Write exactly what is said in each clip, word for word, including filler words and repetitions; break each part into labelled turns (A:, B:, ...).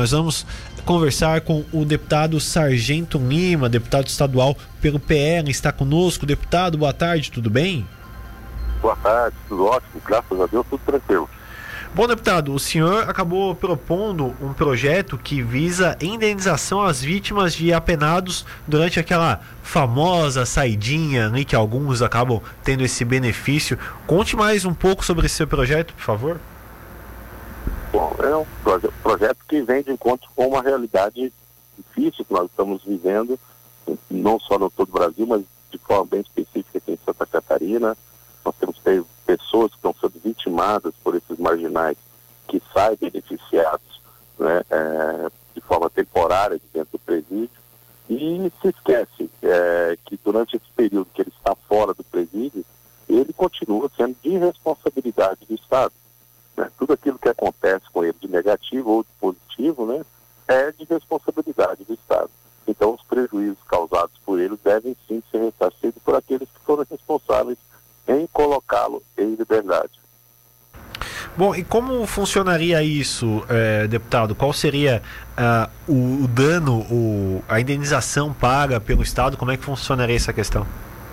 A: nós vamos conversar com o deputado Sargento Lima, deputado estadual pelo P L, está conosco. Deputado, boa tarde, tudo bem?
B: Boa tarde, tudo ótimo, graças a Deus, tudo tranquilo.
A: Bom, deputado, o senhor acabou propondo um projeto que visa indenização às vítimas de apenados durante aquela famosa saidinha ali que alguns acabam tendo esse benefício. Conte mais um pouco sobre esse seu projeto, por favor.
B: Bom, é um proje- projeto que vem de encontro com uma realidade difícil que nós estamos vivendo, não só no todo o Brasil, mas de forma bem específica aqui em Santa Catarina. Nós temos pessoas que estão sendo vitimadas por esses marginais que saem beneficiados, né, é, de forma temporária de dentro do presídio, e se esquece é, que durante esse período que ele está fora do presídio, ele continua sendo de responsabilidade do Estado. Né? Tudo aquilo que acontece com ele de negativo ou de positivo, né, é de responsabilidade do Estado. Então os prejuízos causados por ele devem sim ser ressarcidos por aqueles que foram responsáveis em colocá-lo em liberdade.
A: Bom, e como funcionaria isso, eh, deputado? Qual seria uh, o, o dano, o, a indenização paga pelo Estado? Como é que funcionaria essa questão?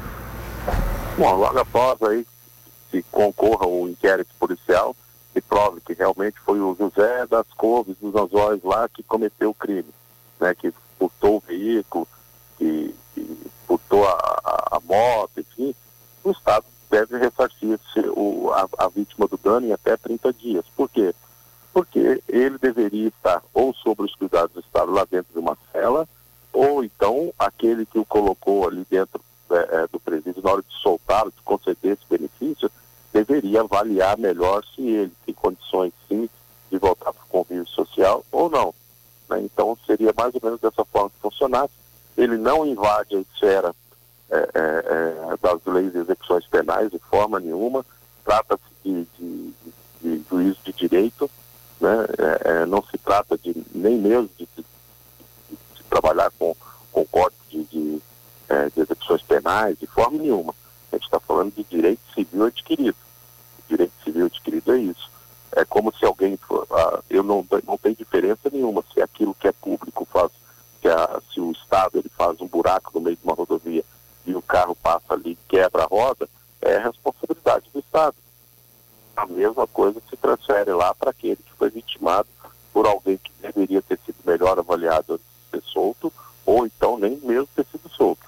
B: Bom, logo após aí se concorra o inquérito policial e prove que realmente foi o José das Couves dos Anzóis lá que cometeu o crime, né, que furtou o veículo, que, que furtou a, a, a moto, enfim, o Estado deve ressarcir o, a, a vítima do dano em até trinta dias. Por quê? Porque ele deveria estar ou sob os cuidados do Estado lá dentro de uma cela, ou então aquele que o colocou ali dentro é, é, do presídio, na hora de soltá-lo, de conceder esse benefício, deveria avaliar melhor se ele tem condições, sim, de voltar para o convívio social ou não. Né? Então, seria mais ou menos dessa forma que funcionasse. Ele não invade a esfera É, é, é, das leis de execuções penais de forma nenhuma, trata-se de, de, de juízo de direito, né? é, é, não se trata de nem mesmo de, de, de trabalhar com, com código de, de, é, de execuções penais de forma nenhuma. A gente está falando de direito civil adquirido. Direito civil adquirido é isso. É como se alguém, ah, eu não, não tem diferença nenhuma se aquilo que é público faz, que a, se o Estado ele faz um buraco no meio de uma rodovia e o carro passa ali e quebra a roda, é responsabilidade do Estado. A mesma coisa se transfere lá para aquele que foi vitimado por alguém que deveria ter sido melhor avaliado antes de ser solto, ou então nem mesmo ter sido solto.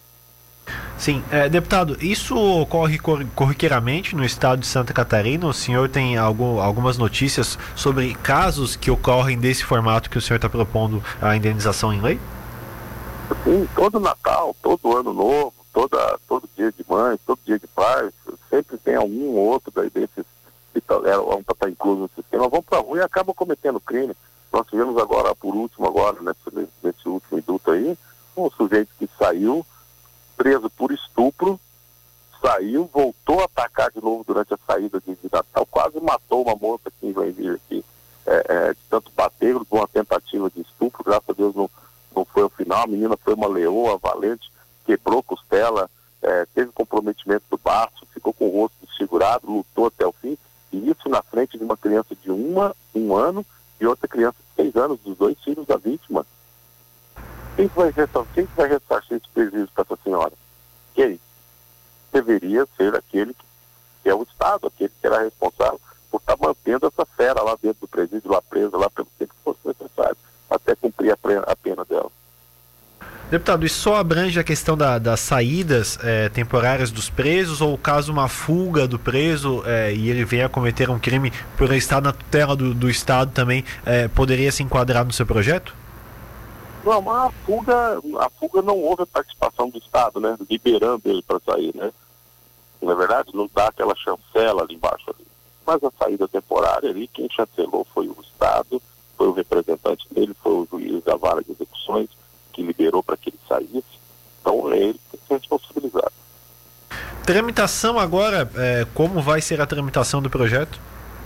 A: Sim, é, deputado, isso ocorre cor corriqueiramente no estado de Santa Catarina? O senhor tem algum, algumas notícias sobre casos que ocorrem desse formato que o senhor está propondo a indenização em lei?
B: Sim, todo Natal, todo Ano Novo, toda, todo dia de mãe, todo dia de pai, sempre tem algum ou outro daí desses que tá, é, um tá, tá incluso no sistema, vão pra rua e acabam cometendo crime. Nós tivemos agora, por último, agora, nesse, nesse último induto aí, um sujeito que saiu, preso por estupro, saiu, voltou a atacar de novo durante a saída de, de Natal, quase matou uma moça aqui em Joinville, aqui, é, é, de tanto bater, com uma tentativa de estupro, graças a Deus não não foi o final, a menina foi uma leoa valente, quebrou costela, é, teve comprometimento do baço, ficou com o rosto desfigurado, lutou até o fim, e isso na frente de uma criança de uma, um ano e outra criança de seis anos, dos dois filhos da vítima. Quem que vai ressarcir, quem que vai ressarcir esse prejuízo para essa senhora? Quem? Deveria ser aquele que, que é o Estado, aquele que era responsável por estar mantendo essa fera lá dentro do presídio, lá presa, lá pelo tempo que fosse necessário, até cumprir a pena dela.
A: Deputado, isso só abrange a questão da, das saídas é, temporárias dos presos, ou caso uma fuga do preso é, e ele venha a cometer um crime por ele estar na tutela do, do Estado também, é, poderia se enquadrar no seu projeto?
B: Não, mas a fuga, a fuga não houve a participação do Estado, né? Liberando ele para sair, né? Na verdade, não dá aquela chancela ali embaixo. Ali. Mas a saída temporária ali, quem chancelou foi o Estado, foi o representante dele, foi o juiz da vara de execuções, que liberou para que ele saísse. Então é ele que tem que ser responsabilizado.
A: Tramitação agora, é, como vai ser a tramitação do projeto?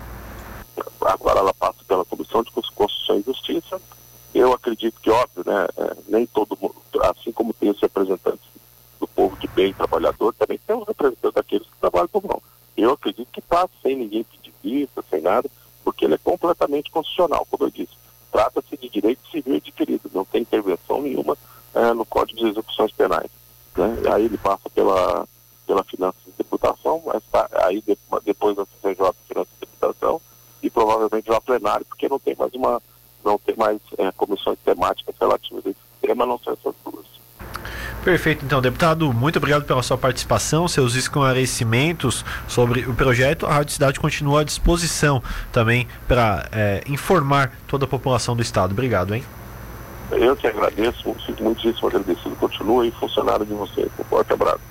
B: Agora ela passa pela Comissão de Constituição e Justiça. Eu acredito que, óbvio, né, é, nem todo mundo, assim como tem os representantes do povo de bem trabalhador, também tem os representantes daqueles que trabalham por mão. Eu acredito que passa sem ninguém pedir vista, sem nada, porque ele é completamente constitucional, como eu disse. Trata-se de direito civil adquirido, não tem intervenção nenhuma é, no Código de Execuções Penais. Né? E aí ele passa pela, pela Finanças e Tributação, mas tá, aí de, depois da C C J, Finanças e Tributação, e provavelmente vai ao plenário, porque não tem mais uma, não tem mais é, comissões temáticas relativas a esse tema, a não ser essas duas.
A: Perfeito, então, deputado, muito obrigado pela sua participação, seus esclarecimentos sobre o projeto. A Rádio Cidade continua à disposição também para é, informar toda a população do estado. Obrigado, hein?
B: Eu que agradeço, fico muitíssimo agradecido. Continue funcionário de vocês. Um forte abraço.